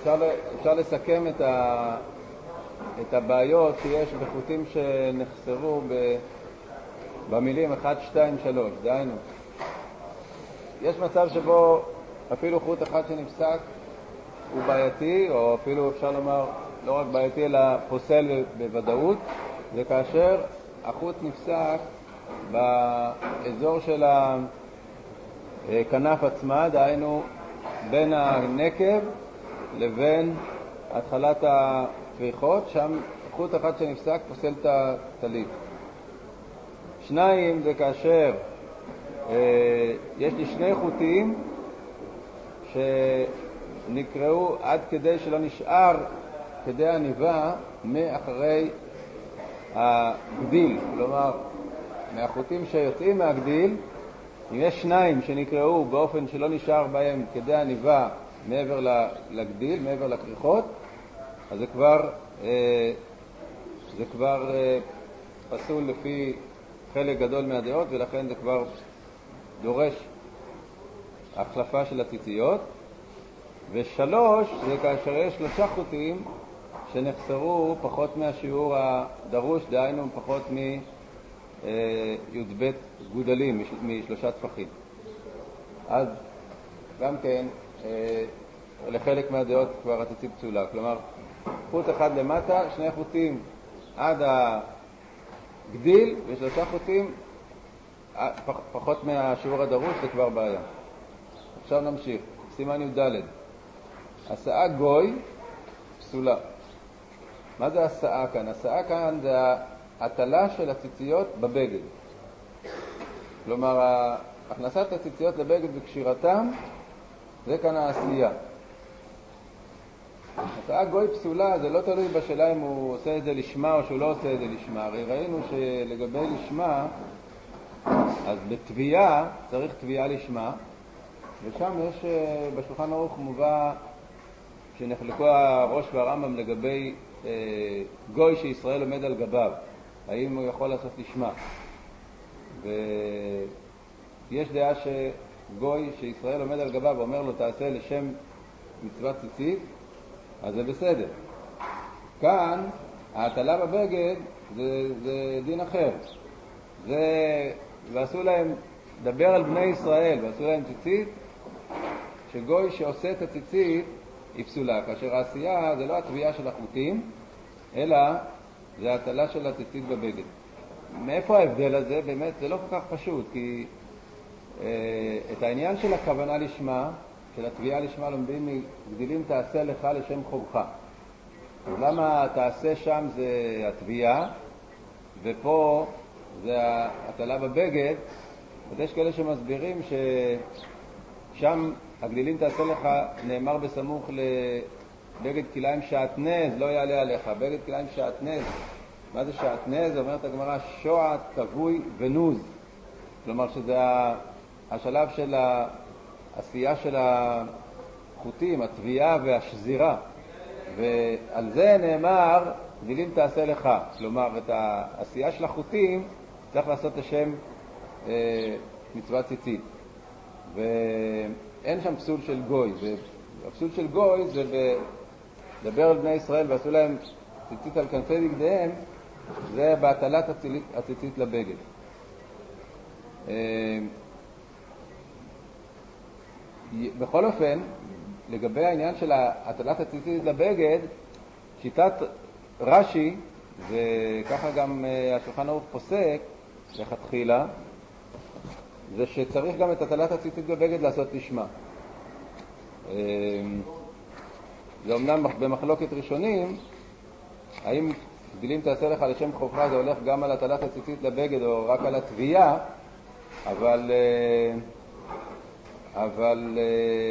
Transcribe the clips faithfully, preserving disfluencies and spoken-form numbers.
אפשר, אפשר לסכם את, ה, את הבעיות שיש בחוטים שנחסרו ב, במילים אחת, שתיים, שלוש. דהיינו, יש מצב שבו אפילו חוט אחד שנפסק הוא בעייתי, או אפילו אפשר לומר לא רק בעייתי אלא פוסל בוודאות, זה כאשר החוט נפסק באזור של הכנף עצמה, דהיינו בין הנקב לבין התחלת הכריכות, שם חוט אחד שנפסק פוסל את הטלית. שניים, זה כאשר אה, יש לי שני חוטים שנקראו עד כדי שלא נשאר כדי הניבה מאחרי הגדיל, כלומר מהחוטים שיוצאים מהגדיל, אם יש שניים שנקראו באופן שלא נשאר בהם כדי הניבה מעבר לגדיל, מעבר לכריכות, אז זה כבר, אה, זה כבר אה, פסול לפי חלק גדול מהדעות, ולכן זה כבר דורש החלפה של הציציות. ושלוש, זה כאשר יש שלושה חוטים שנחסרו פחות מהשיעור הדרוש, דהיינו פחות מי"ב גודלים, משלושה טפחים. אז גם כן, לחלק מהדעות כבר הציצית פסולה. כלומר, חוט אחד למטה, שני חוטים עד הגדיל, ושלושה חוטים פחות מהשיעור הדרוש, זה כבר בעיה. עכשיו נמשיך. סימן י"ד. הסעה גוי פסולה. מה זה הסעה כאן? הסעה כאן זה ההטלה של הציציות בבגד. כלומר, הכנסת הציציות לבגד וקשירתם, זה כאן העשייה. הסעה גוי פסולה זה לא תלוי בשאלה אם הוא עושה את זה לשמה או שהוא לא עושה את זה לשמה. הרי ראינו שלגבי לשמה, אז בתביעה צריך תביעה לשמה, ושם יש בשולחן ערוך מובא שנחלקו הראש והרמב"ם לגבי אה, גוי שישראל עומד על גביו, האם הוא יכול לעשות לשמה. ויש דעה שגוי שישראל עומד על גביו ואומר לו תעשה לשם מצוות ציצית, אז זה בסדר. כאן ההטלה בבגד זה, זה דין אחר. זה, ועשו להם דבר על בני ישראל ועשו להם ציצית, שגוי שעושה את הציצית היא פסולה, כאשר העשייה זה לא התביעה של החוטים, אלא זה ההטלה של הציצית בבגד. מאיפה ההבדל הזה? באמת זה לא כל כך פשוט, כי אה, את העניין של הכוונה לשמה, של התביעה לשמה, לומדים מגדילים תעשה לך לשם חובך. אז למה תעשה שם זה התביעה, ופה זה ההטלה בבגד? אז יש כאלה שמסבירים ששם הגדילים תעשה לך נאמר בסמוך לבגד כליים שעטנז לא יעלה עליך. בגד כליים שעטנז, מה זה שעטנז? אומרת הגמרא שועט, כבוי ונוז. כלומר שזה השלב של העשייה של החוטים, התביעה והשזירה, ועל זה נאמר גדילים תעשה לך. כלומר את העשייה של החוטים צריך לעשות לשם אה, מצוות ציצית, ואין שם פסול של גוי. והפסול של גוי זה לדבר על בני ישראל ועשו להם ציצית על כנפי בגדיהם, זה בהטלת הציצית לבגד. בכל אופן, לגבי העניין של הטלת הציצית לבגד, שיטת רש"י, וככה גם השולחן ערוך פוסק לכתחילה, זה שצריך גם את הטלת הציצית בבגד לעשות לשמה. זה אומנם במחלוקת ראשונים, האם גדילים תעשה לך לשם חובך זה הולך גם על הטלת הציצית לבגד או רק על התביעה, אבל אבל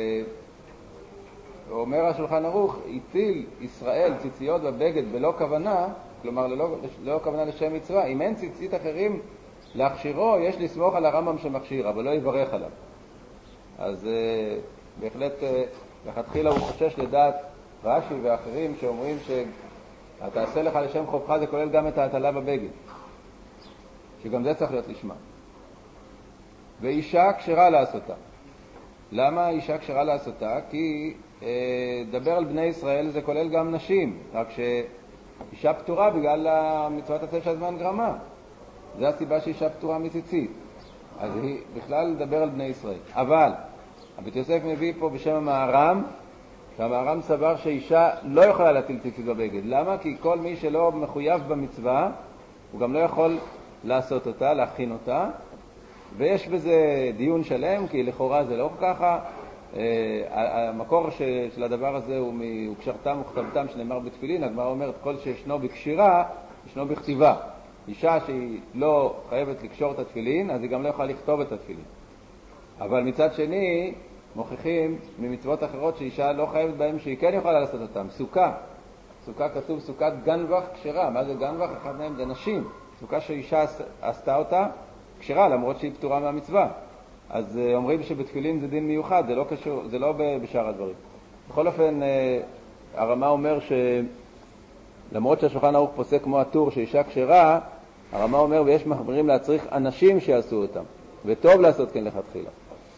אומר השולחן ערוך, הטיל ישראל ציציות בבגד בלא כוונה, כלומר ללא, ללא כוונה לשם מצווה. אם אין ציצית אחרים להכשירו, יש לסמוך על הרמב"ם שמכשיר, אבל לא יברך עליו. אז בהחלט לכתחילה הוא חושש לדעת רש"י ואחרים שאומרים שתעשה לך לשם חובך זה כולל גם את ההטלה בבגד, שגם זה צריך להיות לשמה. ואישה כשרה לעשותה. למה אישה כשרה לעשותה? כי דבר על בני ישראל זה כולל גם נשים, רק שאישה פטורה בגלל המצוות עשה של הזמן גרמה. זו הסיבה שאישה פטורה מציצית. אז היא בכלל לדבר על בני ישראל. אבל הבית יוסף מביא פה בשם המהר"ם, שהמהר"ם סבר שאישה לא יכולה להטיל ציצית בבגד. למה? כי כל מי שלא מחויב במצווה, הוא גם לא יכול לעשות אותה, להכין אותה, ויש בזה דיון שלם, כי לכאורה זה לא ככה. המקור של הדבר הזה הוא מקשרתם וכתבתם שנאמר בתפילין. הגמרא אומרת כל שישנו בקשירה, ישנו בכתיבה. אישה שהיא לא חייבת לקשור את התפילין, אז היא גם לא יכולה לכתוב את התפילין. אבל מצד שני, מוכיחים ממצוות אחרות שאישה לא חייבת בהם שהיא כן יכולה לעשות אותם. סוכה. סוכה כתוב סוכת גנבך כשרה. מה זה גנבך? אחד מהם זה נשים. סוכה שאישה עשתה אותה כשרה, למרות שהיא פטורה מהמצווה. אז אומרים שבתפילין זה דין מיוחד, זה לא קשור, זה לא בשאר הדברים. בכל אופן, הרמה אומר שלמרות שהשולחן ערוך פוסק כמו הטור שאישה כשרה, הרמה אומר ויש מחברים להצריך אנשים שיעשו אותם, וטוב לעשות כן לכתחילה.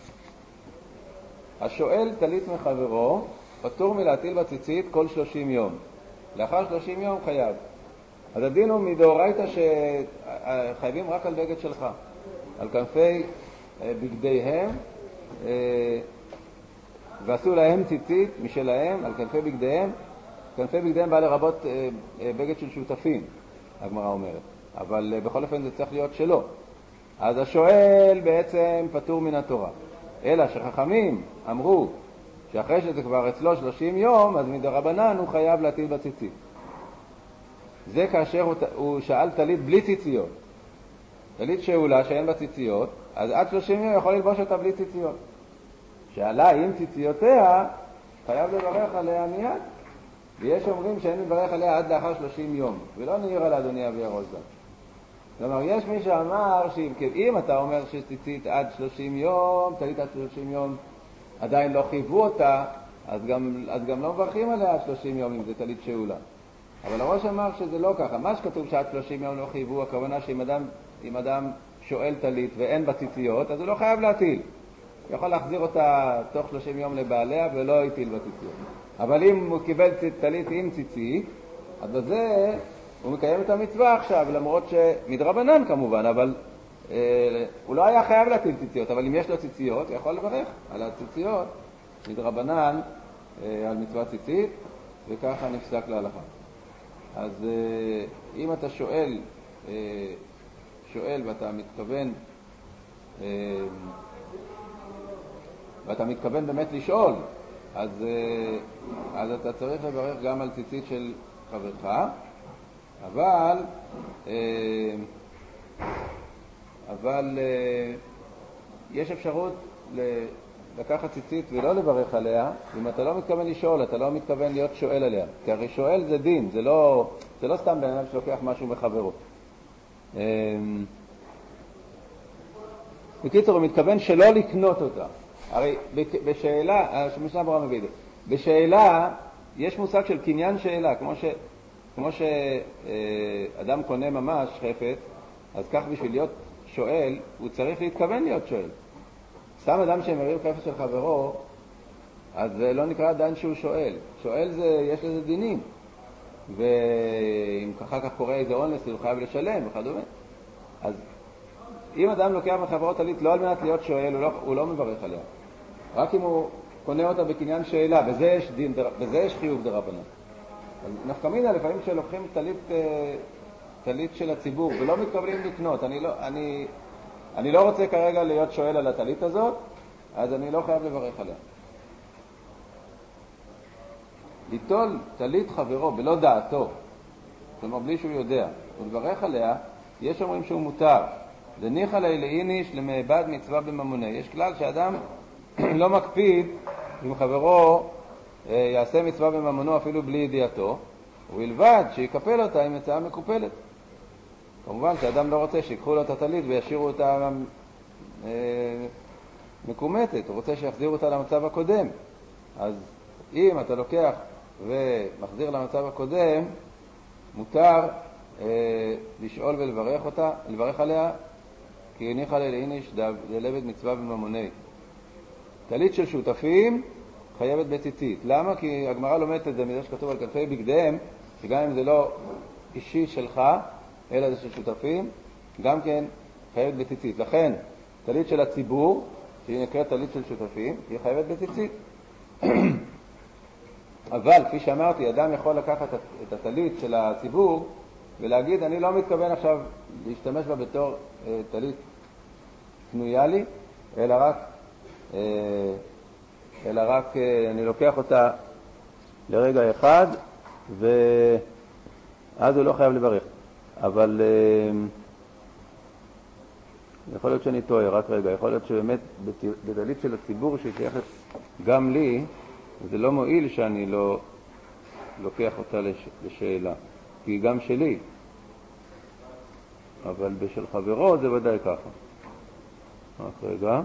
השואל טלית מחברו, פטור מלהטיל בציצית כל שלושים יום. לאחר שלושים יום חייב. אז הדין הוא מדאורייתא שחייבים רק על בגד שלך, על כנפי בגדיהם, ועשו להם ציצית משלהם על כנפי בגדיהם. כנפי בגדיהם בא לרבות בגד של שותפים, הגמרא אומרת, אבל בכל אופן זה צריך להיות שלו. אז השואל בעצם פטור מן התורה, אלא שחכמים אמרו שאחרי שזה כבר אצלו שלושים יום, אז מדרבנן הוא חייב להטיל בציצית. זה כאשר הוא, הוא שאל טלית בלי ציציות, טלית שאולה שאין בה ציציות, אז עד שלושים יום יכול ללבוש אותה בלי ציציות. שאלה עם ציציותיה, חייב לברך עליה מיד. ויש אומרים שאין לברך עליה עד לאחר שלושים יום, ולא נעיר על אדוני אבי הרוזן. כלומר, יש מי שאמר שאם אתה אומר שציצית עד שלושים יום, טלית עד שלושים יום, עדיין לא חייבו אותה, אז גם, אז גם לא מברכים עליה עד שלושים יום אם זה טלית שאולה. אבל הראש אמר שזה לא ככה. מה שכתוב שעד שלושים יום לא חייבו, הכוונה שאם אדם, אם אדם שואל טלית ואין בה ציציות, אז הוא לא חייב להטיל. הוא יכול להחזיר אותה תוך שלושים יום לבעליה ולא יטיל בציציות. אבל אם הוא קיבל טלית עם ציצית, אז בזה הוא מקיים את המצווה עכשיו, למרות שמדרבנן כמובן, אבל אה, הוא לא היה חייב להטיל ציציות, אבל אם יש לו ציציות, הוא יכול לברך על הציציות מדרבנן אה, על מצווה ציצית, וככה נפסק להלכה. אז אה, אם אתה שואל, אה, שואל ואתה מתכוון, אה, ואתה מתכוון באמת לשאול, אז, אז אתה צריך לברך גם על ציצית של חברך, אבל, אבל יש אפשרות לקחת ציצית ולא לברך עליה, אם אתה לא מתכוון לשאול, אתה לא מתכוון להיות שואל עליה. כי הרי שואל זה דין, זה לא, זה לא סתם בן אדם שלוקח משהו מחברו. בקיצור, הוא מתכוון שלא לקנות אותה. הרי בשאלה, שמשנה ברורה מביא את זה, בשאלה יש מושג של קניין שאלה, כמו ש, כמו שאדם קונה ממש חפץ, אז כך בשביל להיות שואל, הוא צריך להתכוון להיות שואל. סתם אדם שמריב חפץ של חברו, אז זה לא נקרא עדיין שהוא שואל. שואל זה, יש לזה דינים. ואם אחר כך קורה איזה אונס, הוא חייב לשלם וכדומה. אז אם אדם לוקח מחברו טלית לא על מנת להיות שואל, הוא לא, הוא לא מברך עליה. רק אם הוא קונה אותה בקניין שאלה, בזה יש דין, בזה יש חיוב דרבנן. אז נפקא מינה, לפעמים שלוקחים טלית, טלית של הציבור ולא מתכוונים לקנות, אני לא, אני, אני לא רוצה כרגע להיות שואל על הטלית הזאת, אז אני לא חייב לברך עליה. ליטול טלית חברו בלא דעתו, כלומר בלי שהוא יודע, ולברך עליה, יש אומרים שהוא מותר. דניחא ליה לאיניש למאבד מצווה בממוני. יש כלל שאדם לא מקפיד אם חברו יעשה מצווה בממונו אפילו בלי ידיעתו, ובלבד שיקפל אותה עם מצווה מקופלת. כמובן שאדם לא רוצה שיקחו לו את הטלית וישאירו אותה מקומטת, הוא רוצה שיחזירו אותה למצב הקודם. אז אם אתה לוקח ומחזיר למצב הקודם, מותר אה, לשאול ולברך אותה, לברך עליה, כי הניחא ליה לאיניש דלבד מצווה בממוני. טלית של שותפים חייבת בציצית. למה? כי הגמרא לומדת את זה מזה שכתוב על כנפי בגדיהם, שגם אם זה לא אישי שלך, אלא זה של שותפים, גם כן חייבת בציצית. לכן, טלית של הציבור, שהיא נקראת טלית של שותפים, היא חייבת בציצית. אבל, כפי שאמרתי, אדם יכול לקחת את הטלית של הציבור ולהגיד, אני לא מתכוון עכשיו להשתמש בה בתור אה, טלית קנויה לי, אלא רק, אה, אלא רק אה, אני לוקח אותה לרגע אחד, ואז הוא לא חייב לברך. אבל אה, יכול להיות שאני טועה, רק רגע, יכול להיות שבאמת בטלית של הציבור שהיא שייכת גם לי, זה לא מועיל שאני לא לוקח אותה לש... לשאלה, כי היא גם שלי. אבל בשל חברו זה ודאי ככה. רק רגע.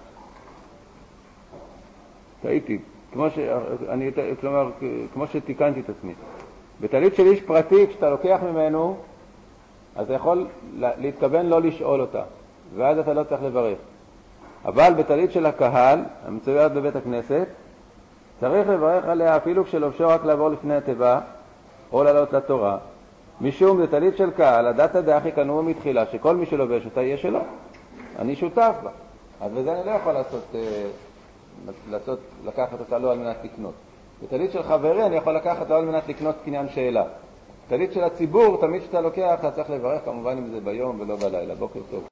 טעיתי, כמו ש... אני... כלומר, כמו שתיקנתי את עצמי. בטלית של איש פרטי, כשאתה לוקח ממנו, אז אתה יכול להתכוון לא לשאול אותה, ואז אתה לא צריך לברך. אבל בטלית של הקהל, המצוירת בבית הכנסת, צריך לברך עליה אפילו כשלובשו רק לעבור לפני התיבה או לעלות לתורה. משום בטלית של קהל, הדת הדחי קנו מתחילה שכל מי שלובש אותה יהיה שלו. אני שותף בה. אז בזה אני לא יכול לעשות, לעשות, לקחת אותה לא על מנת לקנות. בטלית של חברי אני יכול לקחת לא על מנת לקנות קניין שאלה. בטלית של הציבור, תמיד שאתה לוקח, אתה צריך לברך כמובן אם זה ביום ולא בלילה. בוקר טוב.